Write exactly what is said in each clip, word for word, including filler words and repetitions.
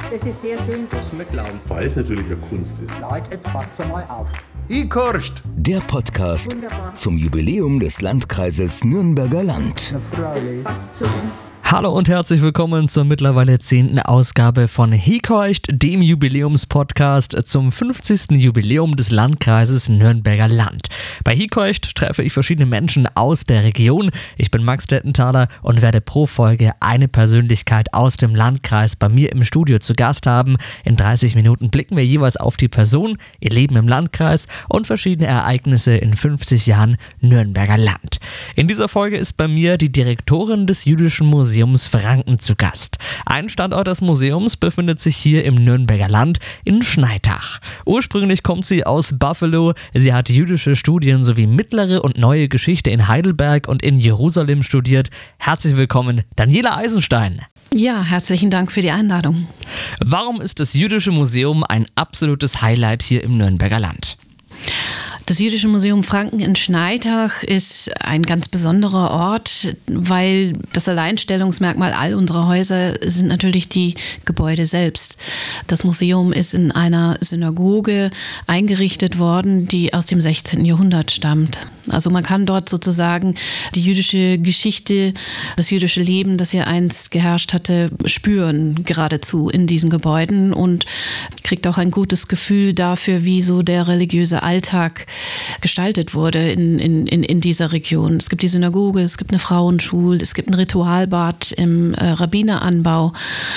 Das ist sehr schön. Das nicht glauben, weil es natürlich eine Kunst ist. Leute, jetzt passt mal auf. Ikorst! Der Podcast Wunderbar. zum Jubiläum des Landkreises Nürnberger Land. Das passt zu uns. Hallo und herzlich willkommen zur mittlerweile zehnten Ausgabe von Hekeucht, dem Jubiläumspodcast zum fünfzigsten Jubiläum des Landkreises Nürnberger Land. Bei Hekeucht treffe ich verschiedene Menschen aus der Region. Ich bin Max Dettenthaler und werde pro Folge eine Persönlichkeit aus dem Landkreis bei mir im Studio zu Gast haben. In dreißig Minuten blicken wir jeweils auf die Person, ihr Leben im Landkreis und verschiedene Ereignisse in fünfzig Jahren Nürnberger Land. In dieser Folge ist bei mir die Direktorin des Jüdischen Museums Franken zu Gast. Ein Standort des Museums befindet sich hier im Nürnberger Land in Schneitach. Ursprünglich kommt sie aus Buffalo. Sie hat jüdische Studien sowie mittlere und neue Geschichte in Heidelberg und in Jerusalem studiert. Herzlich willkommen, Daniela Eisenstein. Ja, herzlichen Dank für die Einladung. Warum ist das Jüdische Museum ein absolutes Highlight hier im Nürnberger Land? Das Jüdische Museum Franken in Schneitach ist ein ganz besonderer Ort, weil das Alleinstellungsmerkmal all unserer Häuser sind natürlich die Gebäude selbst. Das Museum ist in einer Synagoge eingerichtet worden, die aus dem sechzehnten Jahrhundert stammt. Also man kann dort sozusagen die jüdische Geschichte, das jüdische Leben, das hier einst geherrscht hatte, spüren geradezu in diesen Gebäuden und kriegt auch ein gutes Gefühl dafür, wie so der religiöse Alltag gestaltet wurde in, in, in, in dieser Region. Es gibt die Synagoge, es gibt eine Frauenschule, es gibt ein Ritualbad im äh, Rabbineranbau.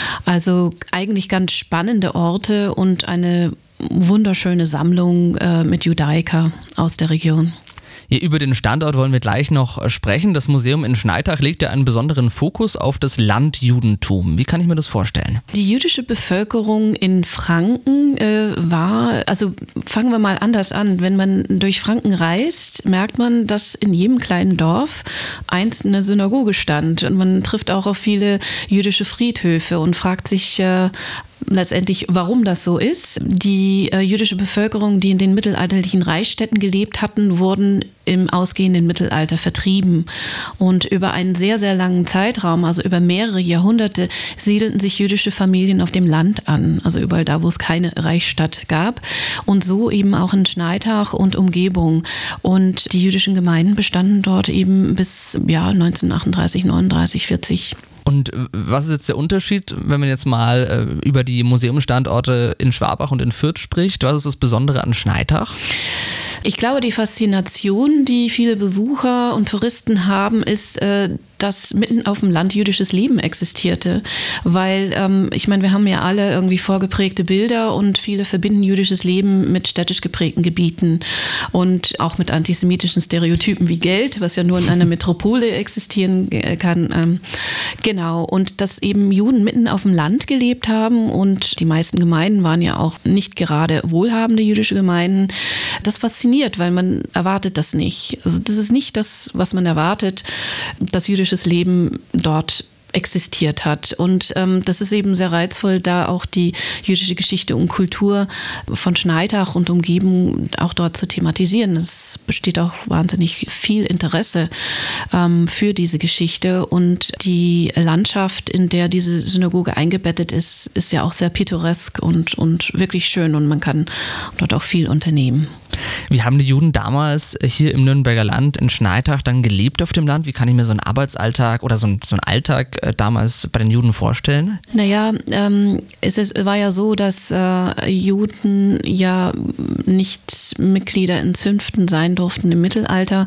Also eigentlich ganz spannende Orte und eine wunderschöne Sammlung äh, mit Judaica aus der Region. Hier über den Standort wollen wir gleich noch sprechen. Das Museum in Schneitach legt ja einen besonderen Fokus auf das Landjudentum. Wie kann ich mir das vorstellen? Die jüdische Bevölkerung in Franken äh, war, also fangen wir mal anders an. Wenn man durch Franken reist, merkt man, dass in jedem kleinen Dorf einst eine Synagoge stand. Und man trifft auch auf viele jüdische Friedhöfe und fragt sich äh, letztendlich, warum das so ist. Die äh, jüdische Bevölkerung, die in den mittelalterlichen Reichsstädten gelebt hatten, wurden im ausgehenden Mittelalter vertrieben. Und über einen sehr, sehr langen Zeitraum, also über mehrere Jahrhunderte, siedelten sich jüdische Familien auf dem Land an, also überall da, wo es keine Reichsstadt gab. Und so eben auch in Schneitach und Umgebung. Und die jüdischen Gemeinden bestanden dort eben bis ja, neunzehnhundertachtunddreißig, neununddreißig, vierzig. Und was ist jetzt der Unterschied, wenn man jetzt mal äh, über die Museumsstandorte in Schwabach und in Fürth spricht? Was ist das Besondere an Schneitach? Ich glaube, die Faszination, die viele Besucher und Touristen haben, ist, äh, dass mitten auf dem Land jüdisches Leben existierte. Weil, ähm, ich meine, wir haben ja alle irgendwie vorgeprägte Bilder und viele verbinden jüdisches Leben mit städtisch geprägten Gebieten und auch mit antisemitischen Stereotypen wie Geld, was ja nur in einer Metropole existieren kann. Ähm, genau, und dass eben Juden mitten auf dem Land gelebt haben und die meisten Gemeinden waren ja auch nicht gerade wohlhabende jüdische Gemeinden. Das fasziniert, weil man erwartet das nicht. Also das ist nicht das, was man erwartet, dass jüdisches Leben dort existiert hat. Und ähm, das ist eben sehr reizvoll, da auch die jüdische Geschichte und Kultur von Schneitach und Umgebung auch dort zu thematisieren. Es besteht auch wahnsinnig viel Interesse ähm, für diese Geschichte und die Landschaft, in der diese Synagoge eingebettet ist, ist ja auch sehr pittoresk und, und wirklich schön und man kann dort auch viel unternehmen. Wie haben die Juden damals hier im Nürnberger Land in Schneitach dann gelebt auf dem Land? Wie kann ich mir so einen Arbeitsalltag oder so einen, so einen Alltag äh, damals bei den Juden vorstellen? Naja, ähm, es ist, war ja so, dass äh, Juden ja nicht Mitglieder in Zünften sein durften im Mittelalter.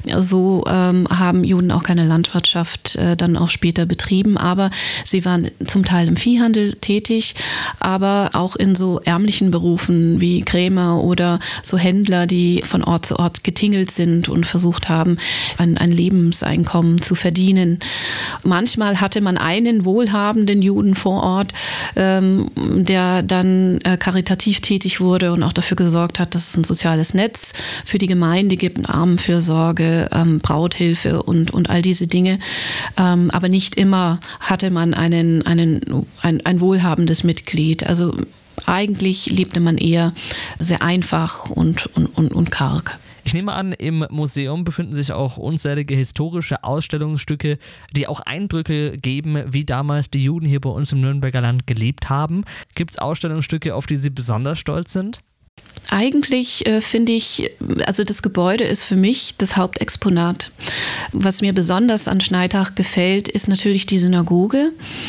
So ähm, haben Juden auch keine Landwirtschaft äh, dann auch später betrieben, aber sie waren zum Teil im Viehhandel tätig, aber auch in so ärmlichen Berufen wie Krämer oder so Händler, die von Ort zu Ort getingelt sind und versucht haben, ein, ein Lebenseinkommen zu verdienen. Manchmal hatte man einen wohlhabenden Juden vor Ort, ähm, der dann äh, karitativ tätig wurde und auch dafür gesorgt hat, dass es ein soziales Netz für die Gemeinde gibt, Armenfürsorge, ähm, Brauthilfe und, und all diese Dinge. Ähm, aber nicht immer hatte man einen, einen, ein, ein wohlhabendes Mitglied. Also eigentlich lebte man eher sehr einfach und, und, und, und karg. Ich nehme an, im Museum befinden sich auch unzählige historische Ausstellungsstücke, die auch Eindrücke geben, wie damals die Juden hier bei uns im Nürnberger Land gelebt haben. Gibt es Ausstellungsstücke, auf die Sie besonders stolz sind? Eigentlich äh, finde ich, also das Gebäude ist für mich das Hauptexponat. Was mir besonders an Schneidach gefällt, ist natürlich die Synagoge.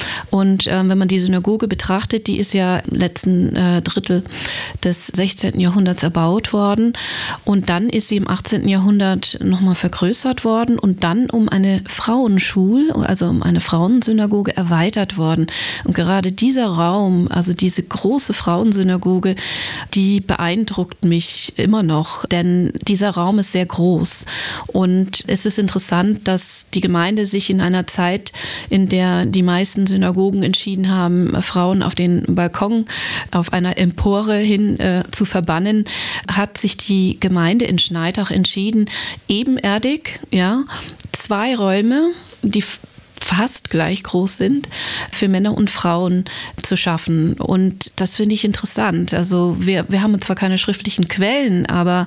Und äh, wenn man die Synagoge betrachtet, die ist ja im letzten äh, Drittel des sechzehnten Jahrhunderts erbaut worden. Und dann ist sie im achtzehnten Jahrhundert nochmal vergrößert worden und dann um eine Frauenschule, also um eine Frauensynagoge erweitert worden. Und gerade dieser Raum, also diese große Frauensynagoge, die beeindruckt mich immer noch, denn dieser Raum ist sehr groß. Und es ist interessant, dass die Gemeinde sich in einer Zeit, in der die meisten Synagogen entschieden haben, Frauen auf den Balkon, auf einer Empore hin äh, zu verbannen, hat sich die Gemeinde in Schneidach entschieden, ebenerdig, ja, zwei Räume, die fast gleich groß sind, für Männer und Frauen zu schaffen. Und das finde ich interessant. Also wir, wir haben zwar keine schriftlichen Quellen, aber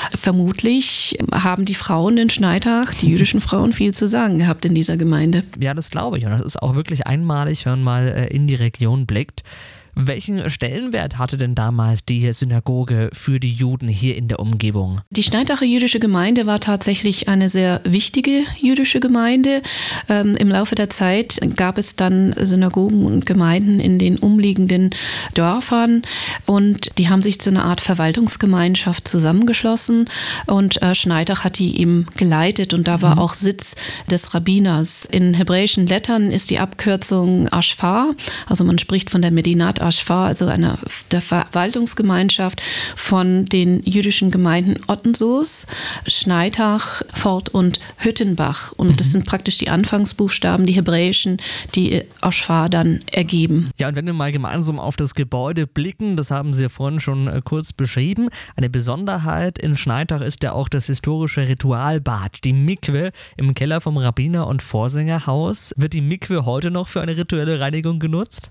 vermutlich haben die Frauen in Schneidach, die jüdischen Frauen, viel zu sagen gehabt in dieser Gemeinde. Ja, das glaube ich. Und das ist auch wirklich einmalig, wenn man mal in die Region blickt. Welchen Stellenwert hatte denn damals die Synagoge für die Juden hier in der Umgebung? Die Schneidacher jüdische Gemeinde war tatsächlich eine sehr wichtige jüdische Gemeinde. Ähm, im Laufe der Zeit gab es dann Synagogen und Gemeinden in den umliegenden Dörfern und die haben sich zu einer Art Verwaltungsgemeinschaft zusammengeschlossen und äh, Schneidach hat die eben geleitet und da war mhm. auch Sitz des Rabbiners. In hebräischen Lettern ist die Abkürzung Ashfar, also man spricht von der Medinat Ashfar, also einer der Verwaltungsgemeinschaft von den jüdischen Gemeinden Ottensoos, Schneidach, Fort und Hüttenbach. Und mhm. das sind praktisch die Anfangsbuchstaben, die hebräischen, die Ashfar dann ergeben. Ja, und wenn wir mal gemeinsam auf das Gebäude blicken, das haben Sie ja vorhin schon äh, kurz beschrieben, eine Besonderheit in Schneidach ist ja auch das historische Ritualbad, die Mikwe im Keller vom Rabbiner- und Vorsängerhaus. Wird die Mikwe heute noch für eine rituelle Reinigung genutzt?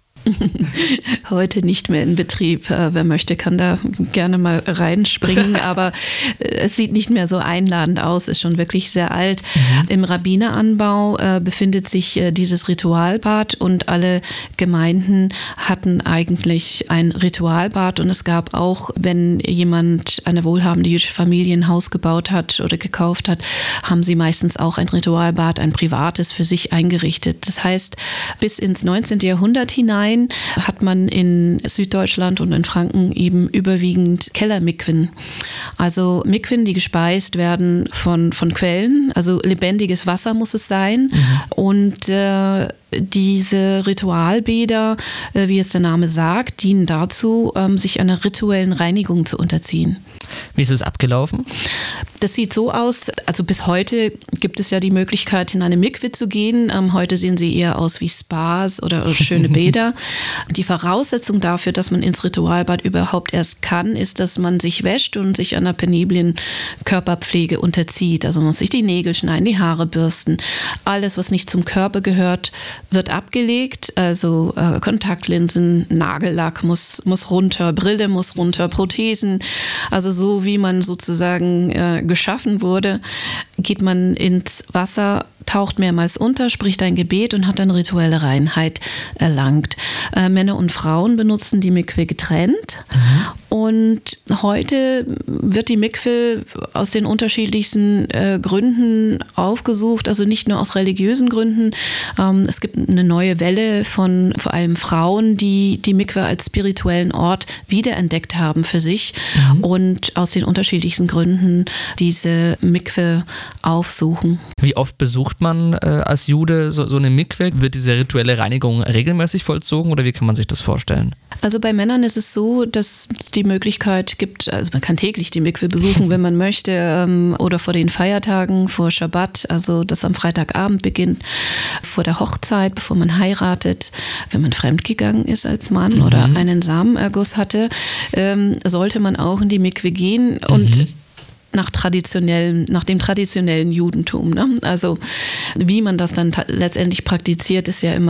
Heute nicht mehr in Betrieb. Wer möchte, kann da gerne mal reinspringen, aber es sieht nicht mehr so einladend aus, ist schon wirklich sehr alt. Mhm. Im Rabbineranbau äh, befindet sich äh, dieses Ritualbad und alle Gemeinden hatten eigentlich ein Ritualbad und es gab auch, wenn jemand, eine wohlhabende jüdische Familie ein Haus gebaut hat oder gekauft hat, haben sie meistens auch ein Ritualbad, ein privates für sich eingerichtet. Das heißt, bis ins neunzehnten Jahrhundert hinein hat man in Süddeutschland und in Franken eben überwiegend Kellermikwen. Also Mikwen, die gespeist werden von, von Quellen, also lebendiges Wasser muss es sein. Mhm. Und äh, diese Ritualbäder, äh, wie es der Name sagt, dienen dazu, ähm, sich einer rituellen Reinigung zu unterziehen. Wie ist es abgelaufen? Das sieht so aus, also bis heute gibt es ja die Möglichkeit, in eine Mikwe zu gehen. Ähm, heute sehen sie eher aus wie Spas oder, oder schöne Bäder. Die Voraussetzung dafür, dass man ins Ritualbad überhaupt erst kann, ist, dass man sich wäscht und sich einer peniblen Körperpflege unterzieht. Also man muss sich die Nägel schneiden, die Haare bürsten. Alles, was nicht zum Körper gehört, wird abgelegt. Also äh, Kontaktlinsen, Nagellack muss, muss runter, Brille muss runter, Prothesen. Also so wie man sozusagen äh, geschaffen wurde, geht man ins Wasser, taucht mehrmals unter, spricht ein Gebet und hat dann rituelle Reinheit erlangt. Äh, Männer und Frauen benutzen die Mikwe getrennt. Mhm. Und heute wird die Mikwe aus den unterschiedlichsten äh, Gründen aufgesucht, also nicht nur aus religiösen Gründen. Ähm, es gibt eine neue Welle von vor allem Frauen, die die Mikwe als spirituellen Ort wiederentdeckt haben für sich mhm. und aus den unterschiedlichsten Gründen diese Mikwe aufsuchen. Wie oft besucht man äh, als Jude so, so eine Mikwe? Wird diese rituelle Reinigung regelmäßig vollzogen oder wie kann man sich das vorstellen? Also bei Männern ist es so, dass es die Möglichkeit gibt, also man kann täglich die Mikwe besuchen, wenn man möchte, ähm, oder vor den Feiertagen, vor Schabbat, also das am Freitagabend beginnt, vor der Hochzeit, bevor man heiratet, wenn man fremdgegangen ist als Mann mhm. oder einen Samenerguss hatte, ähm, sollte man auch in die Mikwe gehen und mhm. nach traditionellen, nach dem traditionellen Judentum. Ne? Also wie man das dann ta- letztendlich praktiziert, ist ja immer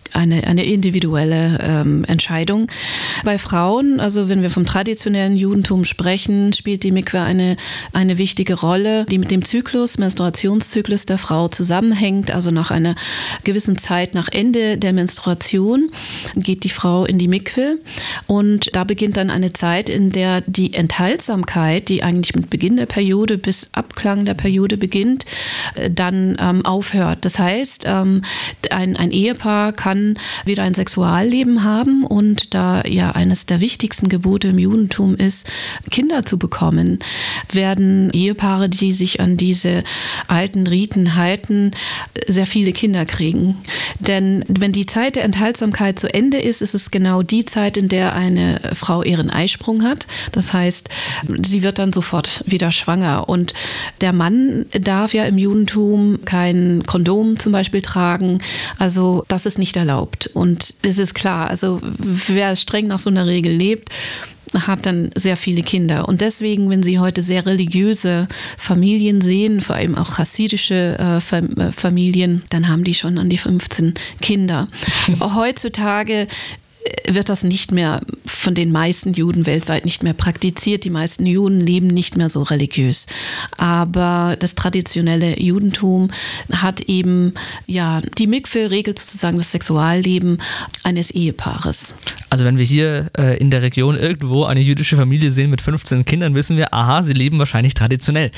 eine, eine individuelle ähm, Entscheidung. Bei Frauen, also wenn wir vom traditionellen Judentum sprechen, spielt die Mikwe eine, eine wichtige Rolle, die mit dem Zyklus, Menstruationszyklus der Frau zusammenhängt. Also nach einer gewissen Zeit, nach Ende der Menstruation, geht die Frau in die Mikwe und da beginnt dann eine Zeit, in der die Enthaltsamkeit, die eigentlich mit Beginn der Periode bis Abklang der Periode beginnt, dann ähm, aufhört. Das heißt, ähm, ein, ein Ehepaar kann wieder ein Sexualleben haben und da ja eines der wichtigsten Gebote im Judentum ist, Kinder zu bekommen, werden Ehepaare, die sich an diese alten Riten halten, sehr viele Kinder kriegen. Denn wenn die Zeit der Enthaltsamkeit zu Ende ist, ist es genau die Zeit, in der eine Frau ihren Eisprung hat. Das heißt, sie wird dann sofort wieder schwanger. Und der Mann darf ja im Judentum kein Kondom zum Beispiel tragen. Also das ist nicht erlaubt. Und es ist klar, also wer streng nach so einer Regel lebt, hat dann sehr viele Kinder. Und deswegen, wenn Sie heute sehr religiöse Familien sehen, vor allem auch chassidische äh, Familien, dann haben die schon an die fünfzehn Kinder. Heutzutage wird das nicht mehr von den meisten Juden weltweit nicht mehr praktiziert. Die meisten Juden leben nicht mehr so religiös. Aber das traditionelle Judentum hat eben, ja, die Mikwe regelt sozusagen das Sexualleben eines Ehepaares. Also wenn wir hier äh, in der Region irgendwo eine jüdische Familie sehen mit fünfzehn Kindern, wissen wir, aha, sie leben wahrscheinlich traditionell.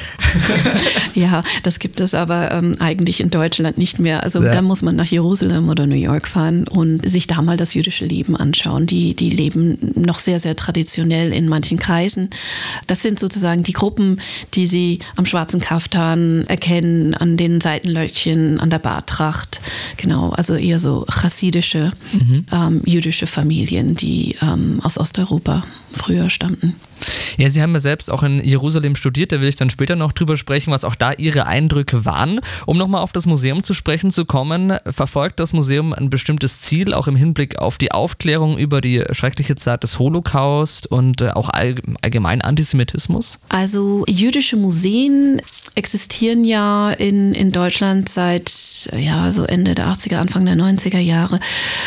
Ja, das gibt es aber ähm, eigentlich in Deutschland nicht mehr. Also ja. Da muss man nach Jerusalem oder New York fahren und sich da mal das jüdische Leben anschauen. Die, die leben noch sehr, sehr traditionell in manchen Kreisen. Das sind sozusagen die Gruppen, die Sie am schwarzen Kaftan erkennen, an den Seitenlöckchen, an der Barttracht. Genau, also eher so chassidische, mhm. ähm, jüdische Familien, die ähm, aus Osteuropa früher stammten. Ja, Sie haben ja selbst auch in Jerusalem studiert, da will ich dann später noch drüber sprechen, was auch da Ihre Eindrücke waren. Um nochmal auf das Museum zu sprechen zu kommen, verfolgt das Museum ein bestimmtes Ziel, auch im Hinblick auf die Aufklärung über die schreckliche Zeit des Holocaust und auch allgemein Antisemitismus? Also jüdische Museen existieren ja in, in Deutschland seit ja, so Ende der achtziger, Anfang der neunziger Jahre.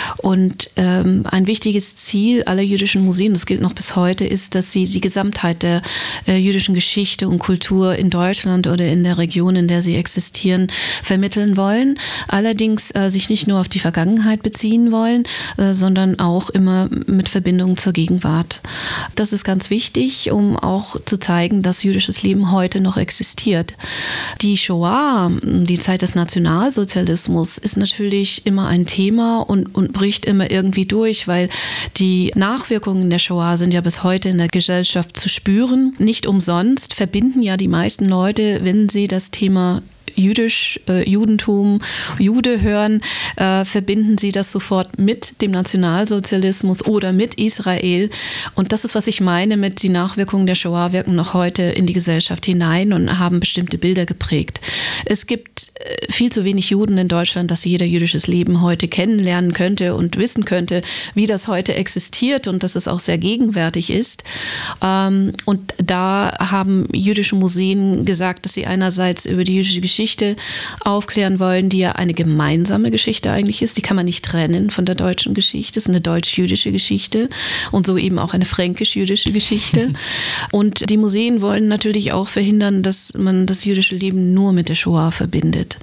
Und ähm, ein wichtiges Ziel aller jüdischen Museen, das gilt noch bis heute, ist, dass sie die Gesamtheit der äh, jüdischen Geschichte und Kultur in Deutschland oder in der Region, in der sie existieren, vermitteln wollen. Allerdings äh, sich nicht nur auf die Vergangenheit beziehen wollen, äh, sondern auch immer mit Verbindung zur Gegenwart. Das ist ganz wichtig, um auch zu zeigen, dass jüdisches Leben heute noch existiert. Die Shoah, die Zeit des Nationalsozialismus, ist natürlich immer ein Thema und, und bricht immer irgendwie durch, weil die Nachwirkungen der Shoah sind ja bis heute in der Gesellschaft zu spüren. Nicht umsonst verbinden ja die meisten Leute, wenn sie das Thema Jüdisch, äh, Judentum, Jude hören, äh, verbinden sie das sofort mit dem Nationalsozialismus oder mit Israel. Und das ist, was ich meine mit die Nachwirkungen der Shoah wirken noch heute in die Gesellschaft hinein und haben bestimmte Bilder geprägt. Es gibt äh, viel zu wenig Juden in Deutschland, dass jeder jüdisches Leben heute kennenlernen könnte und wissen könnte, wie das heute existiert und dass es auch sehr gegenwärtig ist. Ähm, und da haben jüdische Museen gesagt, dass sie einerseits über die jüdische Geschichte aufklären wollen, die ja eine gemeinsame Geschichte eigentlich ist. Die kann man nicht trennen von der deutschen Geschichte. Es ist eine deutsch-jüdische Geschichte und so eben auch eine fränkisch-jüdische Geschichte. Und die Museen wollen natürlich auch verhindern, dass man das jüdische Leben nur mit der Shoah verbindet.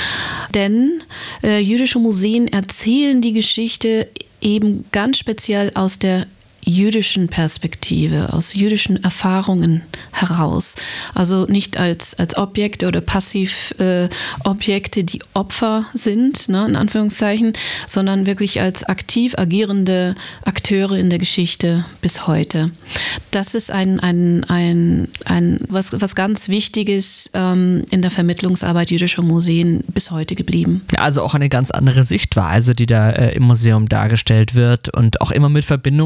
Denn äh, jüdische Museen erzählen die Geschichte eben ganz speziell aus der jüdischen Perspektive, aus jüdischen Erfahrungen heraus. Also nicht als, als Objekte oder Passivobjekte, äh, die Opfer sind, ne, in Anführungszeichen, sondern wirklich als aktiv agierende Akteure in der Geschichte bis heute. Das ist ein, ein, ein, ein was, was ganz Wichtiges ähm, in der Vermittlungsarbeit jüdischer Museen bis heute geblieben. Ja, also auch eine ganz andere Sichtweise, die da äh, im Museum dargestellt wird und auch immer mit Verbindung zur Gegenwart.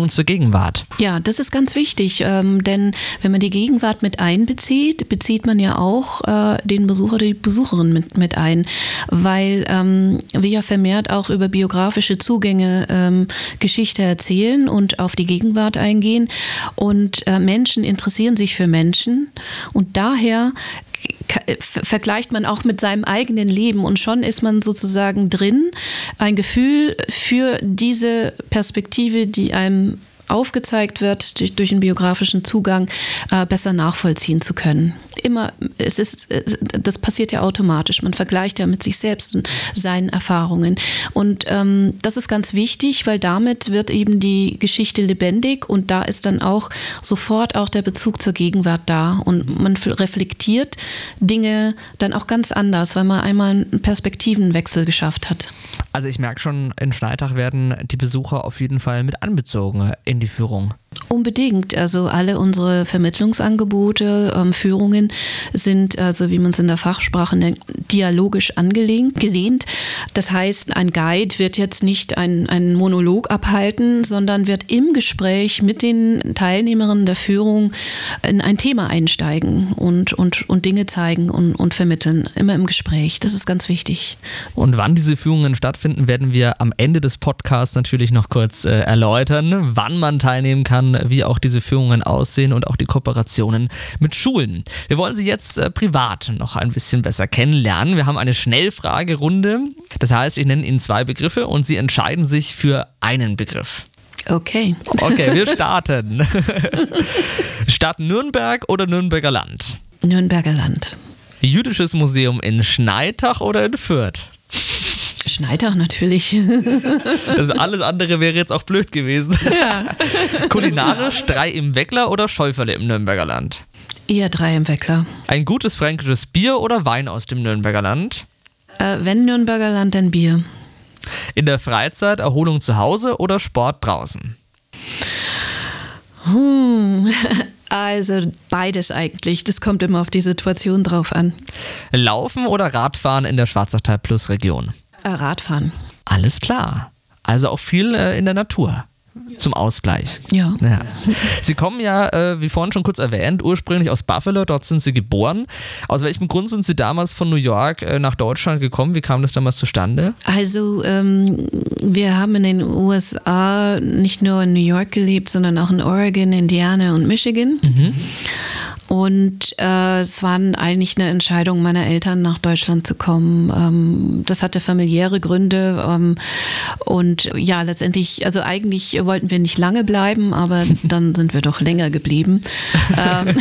Gegenwart. Ja, das ist ganz wichtig, ähm, denn wenn man die Gegenwart mit einbezieht, bezieht man ja auch äh, den Besucher, die Besucherin mit, mit ein, weil ähm, wir ja vermehrt auch über biografische Zugänge ähm, Geschichte erzählen und auf die Gegenwart eingehen und äh, Menschen interessieren sich für Menschen und daher vergleicht man auch mit seinem eigenen Leben und schon ist man sozusagen drin, ein Gefühl für diese Perspektive, die einem aufgezeigt wird, durch, durch einen biografischen Zugang äh, besser nachvollziehen zu können. Immer, es ist, das passiert ja automatisch. Man vergleicht ja mit sich selbst und seinen Erfahrungen. Und ähm, das ist ganz wichtig, weil damit wird eben die Geschichte lebendig und da ist dann auch sofort auch der Bezug zur Gegenwart da. Und man reflektiert Dinge dann auch ganz anders, weil man einmal einen Perspektivenwechsel geschafft hat. Also ich merke schon, in Schneitach werden die Besucher auf jeden Fall mit anbezogen in die Führung. Unbedingt. Also alle unsere Vermittlungsangebote, ähm, Führungen sind, also wie man es in der Fachsprache nennt, dialogisch angelehnt. Gelehnt. Das heißt, ein Guide wird jetzt nicht einen, einen Monolog abhalten, sondern wird im Gespräch mit den Teilnehmerinnen der Führung in ein Thema einsteigen und, und, und Dinge zeigen und, und vermitteln. Immer im Gespräch. Das ist ganz wichtig. Und wann diese Führungen stattfinden, werden wir am Ende des Podcasts natürlich noch kurz äh, erläutern, wann man teilnehmen kann, wie auch diese Führungen aussehen und auch die Kooperationen mit Schulen. Wir wollen Sie jetzt äh, privat noch ein bisschen besser kennenlernen. Wir haben eine Schnellfragerunde. Das heißt, ich nenne Ihnen zwei Begriffe und Sie entscheiden sich für einen Begriff. Okay. Okay, wir starten. Stadt Nürnberg oder Nürnberger Land? Nürnberger Land. Jüdisches Museum in Schneitach oder in Fürth? Schneitach natürlich. Also alles andere wäre jetzt auch blöd gewesen. Ja. Kulinarisch drei im Weckler oder Schäuferle im Nürnberger Land? Eher drei im Weckler. Ein gutes fränkisches Bier oder Wein aus dem Nürnberger Land? Äh, wenn Nürnberger Land, dann Bier. In der Freizeit Erholung zu Hause oder Sport draußen? Hm. Also beides eigentlich. Das kommt immer auf die Situation drauf an. Laufen oder Radfahren in der Schwarzachtal Plus Region? Äh, Radfahren. Alles klar. Also auch viel äh, in der Natur. Zum Ausgleich. Ja. ja. Sie kommen ja, äh, wie vorhin schon kurz erwähnt, ursprünglich aus Buffalo, dort sind Sie geboren. Aus welchem Grund sind Sie damals von New York äh, nach Deutschland gekommen? Wie kam das damals zustande? Also ähm, wir haben in den U S A nicht nur in New York gelebt, sondern auch in Oregon, Indiana und Michigan. Mhm. Und äh, es war eigentlich eine Entscheidung meiner Eltern, nach Deutschland zu kommen. Ähm, das hatte familiäre Gründe. Ähm, und ja, letztendlich, also eigentlich wollten wir nicht lange bleiben, aber dann sind wir doch länger geblieben. ähm,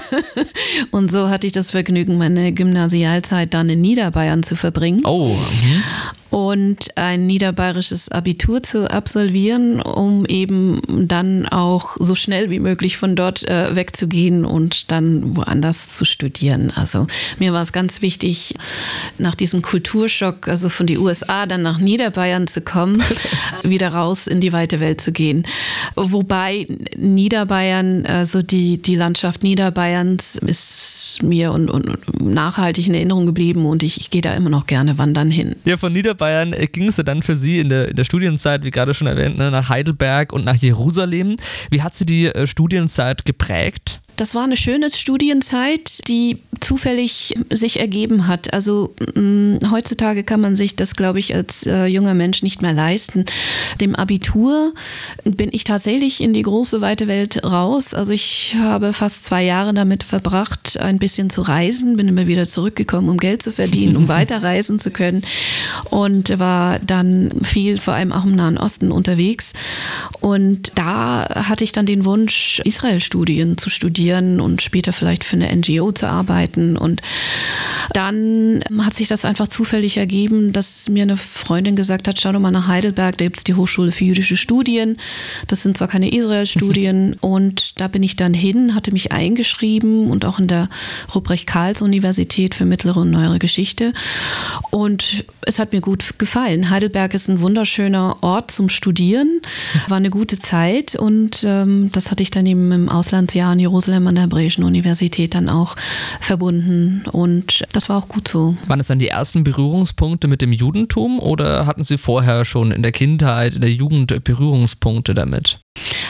und so hatte ich das Vergnügen, meine Gymnasialzeit dann in Niederbayern zu verbringen. Oh, mhm. Und ein niederbayerisches Abitur zu absolvieren, um eben dann auch so schnell wie möglich von dort äh, wegzugehen und dann woanders zu studieren. Also mir war es ganz wichtig, nach diesem Kulturschock, also von die U S A dann nach Niederbayern zu kommen, wieder raus in die weite Welt zu gehen. Wobei Niederbayern, also die, die Landschaft Niederbayerns ist mir und, und nachhaltig in Erinnerung geblieben und ich, ich gehe da immer noch gerne wandern hin. Ja, von Niederbayern ging es ja dann für Sie in der, in der Studienzeit, wie gerade schon erwähnt, ne, nach Heidelberg und nach Jerusalem. Wie hat Sie die äh, Studienzeit geprägt? Das war eine schöne Studienzeit, die zufällig sich ergeben hat. Also mh, heutzutage kann man sich das, glaube ich, als äh, junger Mensch nicht mehr leisten. Dem Abitur bin ich tatsächlich in die große, weite Welt raus. Also ich habe fast zwei Jahre damit verbracht, ein bisschen zu reisen, bin immer wieder zurückgekommen, um Geld zu verdienen, um weiter reisen zu können und war dann viel, vor allem auch im Nahen Osten unterwegs. Und da hatte ich dann den Wunsch, Israel-Studien zu studieren und später vielleicht für eine N G O zu arbeiten. Und dann hat sich das einfach zufällig ergeben, dass mir eine Freundin gesagt hat, schau doch mal nach Heidelberg, da gibt es die Hochschule für jüdische Studien. Das sind zwar keine Israel-Studien und da bin ich dann hin, hatte mich eingeschrieben und auch in der Ruprecht-Karls-Universität für mittlere und neuere Geschichte. Und es hat mir gut gefallen. Heidelberg ist ein wunderschöner Ort zum Studieren, war eine gute Zeit und ähm, das hatte ich dann eben im Auslandsjahr in Jerusalem an der Hebräischen Universität dann auch verbunden und das war auch gut so. Waren es dann die ersten Berührungspunkte mit dem Judentum oder hatten Sie vorher schon in der Kindheit, in der Jugend Berührungspunkte damit?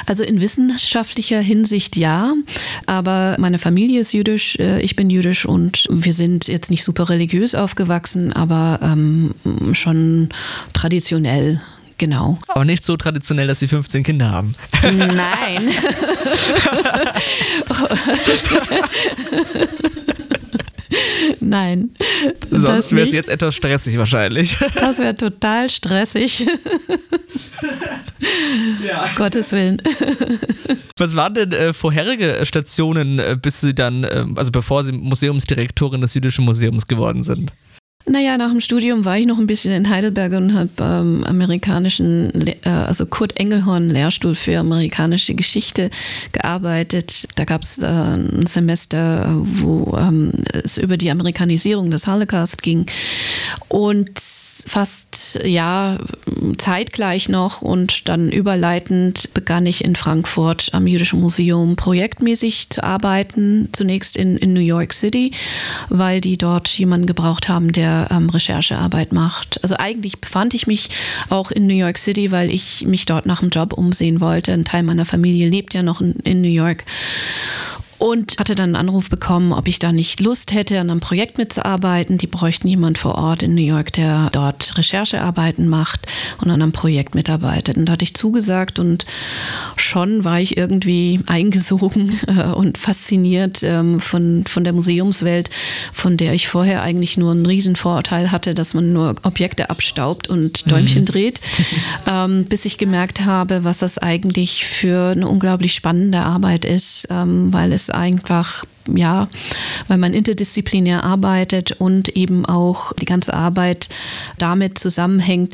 Also in wissenschaftlicher Hinsicht ja, aber meine Familie ist jüdisch, ich bin jüdisch und wir sind jetzt nicht super religiös aufgewachsen, aber ähm, schon traditionell. Genau. Aber nicht so traditionell, dass sie fünfzehn Kinder haben. Nein. Nein. Sonst wäre es jetzt etwas stressig wahrscheinlich. Das wäre total stressig. Ja. Gottes Willen. Was waren denn äh, vorherige Stationen, äh, bis Sie dann, äh, also bevor Sie Museumsdirektorin des Jüdischen Museums geworden sind? Naja, nach dem Studium war ich noch ein bisschen in Heidelberg und habe beim amerikanischen, also Kurt Engelhorn Lehrstuhl für amerikanische Geschichte gearbeitet. Da gab es ein Semester, wo es über die Amerikanisierung des Holocaust ging. Und fast, ja, zeitgleich noch und dann überleitend begann ich in Frankfurt am Jüdischen Museum projektmäßig zu arbeiten. Zunächst in, in New York City, weil die dort jemanden gebraucht haben, der ähm, Recherchearbeit macht. Also eigentlich befand ich mich auch in New York City, weil ich mich dort nach einem Job umsehen wollte. Ein Teil meiner Familie lebt ja noch in, in New York. Und hatte dann einen Anruf bekommen, ob ich da nicht Lust hätte, an einem Projekt mitzuarbeiten. Die bräuchten jemand vor Ort in New York, der dort Recherchearbeiten macht und an einem Projekt mitarbeitet. Und da hatte ich zugesagt und schon war ich irgendwie eingesogen äh, und fasziniert ähm, von, von der Museumswelt, von der ich vorher eigentlich nur einen riesen Vorurteil hatte, dass man nur Objekte abstaubt und Däumchen mhm. dreht, ähm, bis ich gemerkt habe, was das eigentlich für eine unglaublich spannende Arbeit ist, ähm, weil es einfach, ja, weil man interdisziplinär arbeitet und eben auch die ganze Arbeit damit zusammenhängt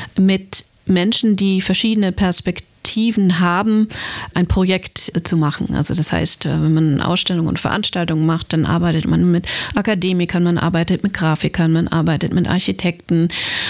mit Menschen, die verschiedene Perspektiven haben, ein Projekt zu machen. Also das heißt, wenn man Ausstellungen und Veranstaltungen macht, dann arbeitet man mit Akademikern, man arbeitet mit Grafikern, man arbeitet mit Architekten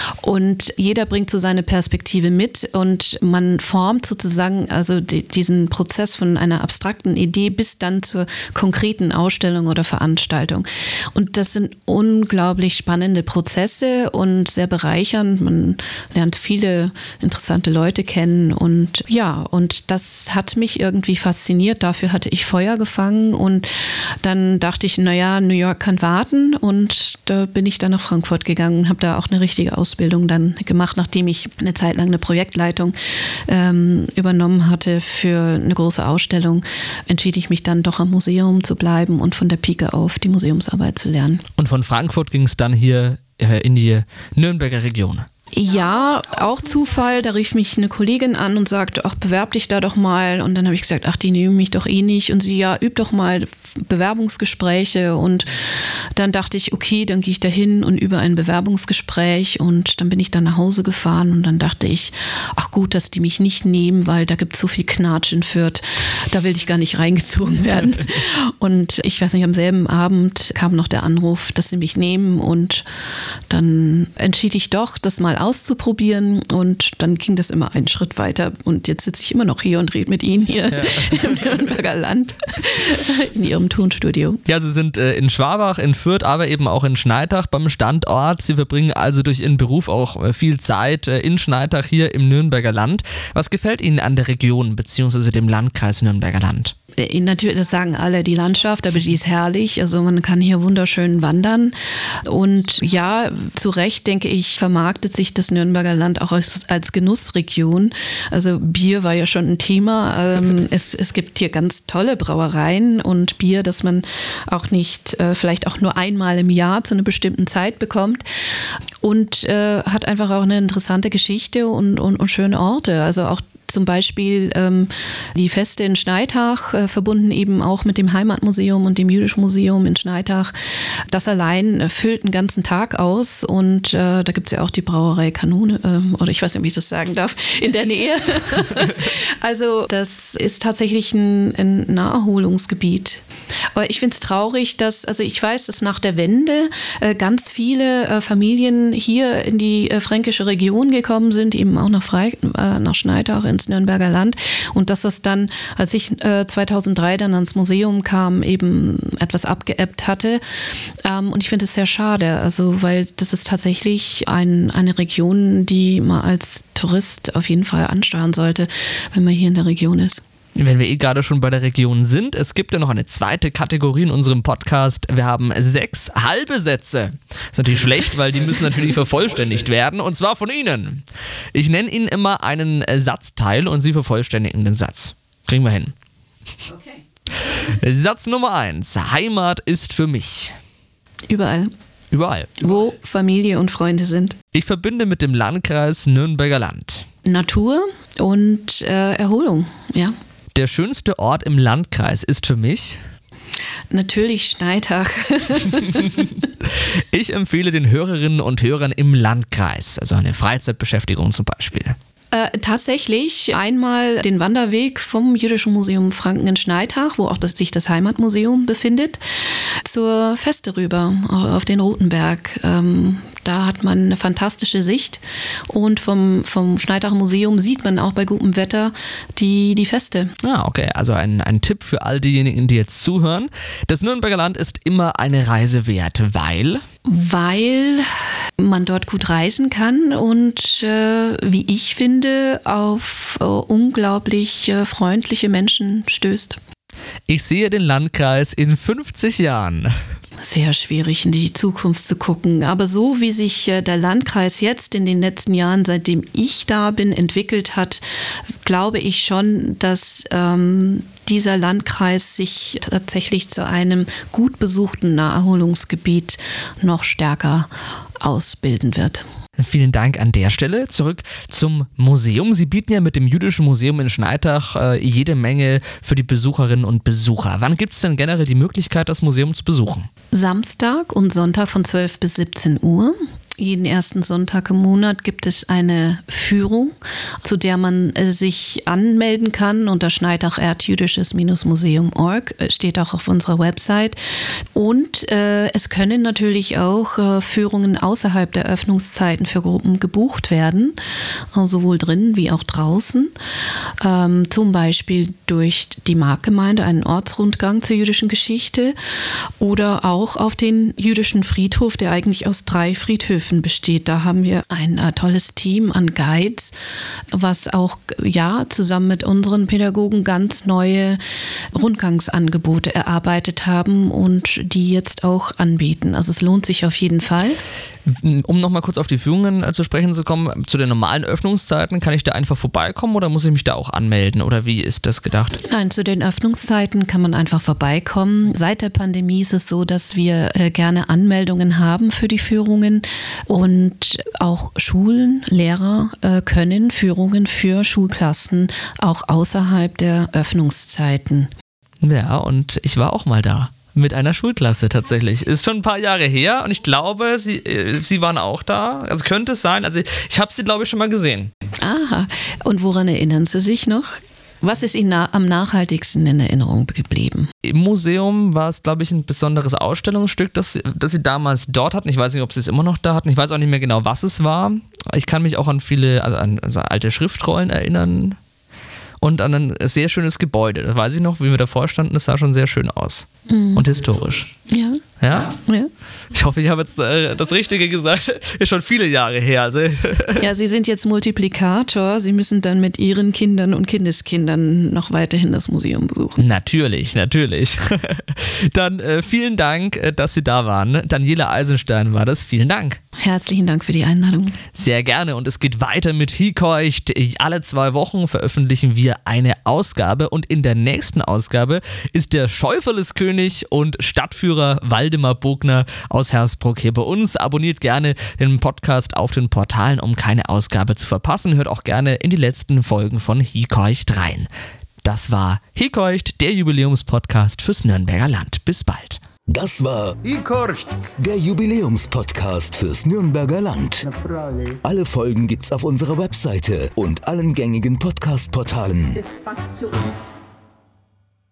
und jeder bringt so seine Perspektive mit und man formt sozusagen also die, diesen Prozess von einer abstrakten Idee bis dann zur konkreten Ausstellung oder Veranstaltung. Und das sind unglaublich spannende Prozesse und sehr bereichernd. Man lernt viele interessante Leute kennen und ja, und das hat mich irgendwie fasziniert. Dafür hatte ich Feuer gefangen und dann dachte ich, naja, New York kann warten und da bin ich dann nach Frankfurt gegangen und habe da auch eine richtige Ausbildung dann gemacht, nachdem ich eine Zeit lang eine Projektleitung ähm, übernommen hatte für eine große Ausstellung, entschied ich mich dann doch am Museum zu bleiben und von der Pike auf die Museumsarbeit zu lernen. Und von Frankfurt ging es dann hier äh, in die Nürnberger Region. Ja, auch Zufall. Da rief mich eine Kollegin an und sagte, ach, bewerb dich da doch mal. Und dann habe ich gesagt, ach, die nehmen mich doch eh nicht. Und sie, ja, üb doch mal Bewerbungsgespräche. Und dann dachte ich, okay, dann gehe ich da hin und übe ein Bewerbungsgespräch. Und dann bin ich dann nach Hause gefahren und dann dachte ich, ach gut, dass die mich nicht nehmen, weil da gibt es so viel Knatsch in Fürth. Da will ich gar nicht reingezogen werden. Und ich weiß nicht, am selben Abend kam noch der Anruf, dass sie mich nehmen. Und dann entschied ich doch, das mal auszuprobieren und dann ging das immer einen Schritt weiter und jetzt sitze ich immer noch hier und rede mit Ihnen hier ja. im Nürnberger Land in Ihrem Tonstudio. Ja, Sie sind äh, in Schwabach, in Fürth, aber eben auch in Schneidach beim Standort. Sie verbringen also durch Ihren Beruf auch äh, viel Zeit äh, in Schneidach hier im Nürnberger Land. Was gefällt Ihnen an der Region bzw. dem Landkreis Nürnberger Land? Natürlich, das sagen alle, die Landschaft, aber die ist herrlich. Also man kann hier wunderschön wandern. Und ja, zu Recht, denke ich, vermarktet sich das Nürnberger Land auch als, als Genussregion. Also Bier war ja schon ein Thema. Ähm, es, es gibt hier ganz tolle Brauereien und Bier, das man auch nicht, äh, vielleicht auch nur einmal im Jahr zu einer bestimmten Zeit bekommt. Und äh, hat einfach auch eine interessante Geschichte und, und, und schöne Orte. Also auch zum Beispiel ähm, die Feste in Schneidach, äh, verbunden eben auch mit dem Heimatmuseum und dem Jüdischen Museum in Schneidach. Das allein äh, füllt einen ganzen Tag aus und äh, da gibt es ja auch die Brauerei Kanone, äh, oder ich weiß nicht, ob ich das sagen darf, in der Nähe. Also das ist tatsächlich ein, ein Naherholungsgebiet. Aber ich finde es traurig, dass, also ich weiß, dass nach der Wende äh, ganz viele äh, Familien hier in die äh, fränkische Region gekommen sind, eben auch nach, Freik, äh, nach Schneidach ins Nürnberger Land und dass das dann, als ich äh, zweitausenddrei dann ans Museum kam, eben etwas abgeebbt hatte. Ähm, und ich finde es sehr schade, also weil das ist tatsächlich ein, eine Region, die man als Tourist auf jeden Fall ansteuern sollte, wenn man hier in der Region ist. Wenn wir eh gerade schon bei der Region sind, es gibt ja noch eine zweite Kategorie in unserem Podcast. Wir haben sechs halbe Sätze. Ist natürlich schlecht, weil die müssen natürlich vervollständigt werden, und zwar von Ihnen. Ich nenne Ihnen immer einen Satzteil und Sie vervollständigen den Satz. Kriegen wir hin. Okay. Satz Nummer eins. Heimat ist für mich. Überall. Überall. Wo Familie und Freunde sind. Ich verbinde mit dem Landkreis Nürnberger Land Natur und äh, Erholung, ja. Der schönste Ort im Landkreis ist für mich natürlich Schneidach. Ich empfehle den Hörerinnen und Hörern im Landkreis, also eine Freizeitbeschäftigung zum Beispiel. Äh, tatsächlich einmal den Wanderweg vom Jüdischen Museum Franken in Schneidach, wo auch das, sich das Heimatmuseum befindet, zur Feste rüber auf den Rotenberg. Ähm, da hat man eine fantastische Sicht und vom, vom Schneidach Museum sieht man auch bei gutem Wetter die, die Feste. Ah, okay, also ein, ein Tipp für all diejenigen, die jetzt zuhören. Das Nürnberger Land ist immer eine Reise wert, weil... Weil man dort gut reisen kann und, äh, wie ich finde, auf äh, unglaublich äh, freundliche Menschen stößt. Ich sehe den Landkreis in fünfzig Jahren. Sehr schwierig in die Zukunft zu gucken. Aber so wie sich äh, der Landkreis jetzt in den letzten Jahren, seitdem ich da bin, entwickelt hat, glaube ich schon, dass ähm, dieser Landkreis sich tatsächlich zu einem gut besuchten Naherholungsgebiet noch stärker ausbilden wird. Vielen Dank an der Stelle. Zurück zum Museum. Sie bieten ja mit dem Jüdischen Museum in Schneidach äh, jede Menge für die Besucherinnen und Besucher. Wann gibt es denn generell die Möglichkeit, das Museum zu besuchen? Samstag und Sonntag von zwölf bis siebzehn Uhr. Jeden ersten Sonntag im Monat gibt es eine Führung, zu der man äh, sich anmelden kann unter schneidach erdjüdisches Museum punkt org, steht auch auf unserer Website. Und äh, es können natürlich auch äh, Führungen außerhalb der Öffnungszeiten für Gruppen gebucht werden, also sowohl drinnen wie auch draußen. Ähm, zum Beispiel durch die Marktgemeinde, einen Ortsrundgang zur jüdischen Geschichte oder auch auf den jüdischen Friedhof, der eigentlich aus drei Friedhöfen besteht. Da haben wir ein äh, tolles Team an Guides, was auch ja zusammen mit unseren Pädagogen ganz neue Rundgangsangebote erarbeitet haben und die jetzt auch anbieten. Also es lohnt sich auf jeden Fall. Um nochmal kurz auf die Führungen äh, zu sprechen zu kommen, zu den normalen Öffnungszeiten, kann ich da einfach vorbeikommen oder muss ich mich da auch anmelden oder wie ist das gedacht? Nein, zu den Öffnungszeiten kann man einfach vorbeikommen. Seit der Pandemie ist es so, dass wir äh, gerne Anmeldungen haben für die Führungen. Und auch Schulen, Lehrer äh, können Führungen für Schulklassen auch außerhalb der Öffnungszeiten. Ja, und ich war auch mal da. Mit einer Schulklasse tatsächlich. Ist schon ein paar Jahre her und ich glaube, sie, äh, sie waren auch da. Also könnte es sein. Also ich, ich habe sie, glaube ich, schon mal gesehen. Aha. Und woran erinnern Sie sich noch? Was ist Ihnen na- am nachhaltigsten in Erinnerung geblieben? Im Museum war es, glaube ich, ein besonderes Ausstellungsstück, das, das sie damals dort hatten. Ich weiß nicht, ob sie es immer noch da hatten. Ich weiß auch nicht mehr genau, was es war. Ich kann mich auch an viele, also an also alte Schriftrollen erinnern und an ein sehr schönes Gebäude. Das weiß ich noch, wie wir davor standen. Das sah schon sehr schön aus mhm. und historisch. Ja. Ja? Ja. Ich hoffe, ich habe jetzt äh, das Richtige gesagt. Ist schon viele Jahre her. Also. Ja, Sie sind jetzt Multiplikator. Sie müssen dann mit Ihren Kindern und Kindeskindern noch weiterhin das Museum besuchen. Natürlich, natürlich. Dann äh, vielen Dank, äh, dass Sie da waren. Daniela Eisenstein war das. Vielen Dank. Herzlichen Dank für die Einladung. Sehr gerne und es geht weiter mit Hikeucht. Alle zwei Wochen veröffentlichen wir eine Ausgabe und in der nächsten Ausgabe ist der Schäuferleskönig und Stadtführer Waldemar Bogner aus Hersbruck hier bei uns. Abonniert gerne den Podcast auf den Portalen, um keine Ausgabe zu verpassen. Hört auch gerne in die letzten Folgen von Hikeucht rein. Das war Hikeucht, der Jubiläumspodcast fürs Nürnberger Land. Bis bald. Das war Hikeucht, der Jubiläumspodcast fürs Nürnberger Land. Alle Folgen gibt's auf unserer Webseite und allen gängigen Podcast-Portalen. Es passt zu uns.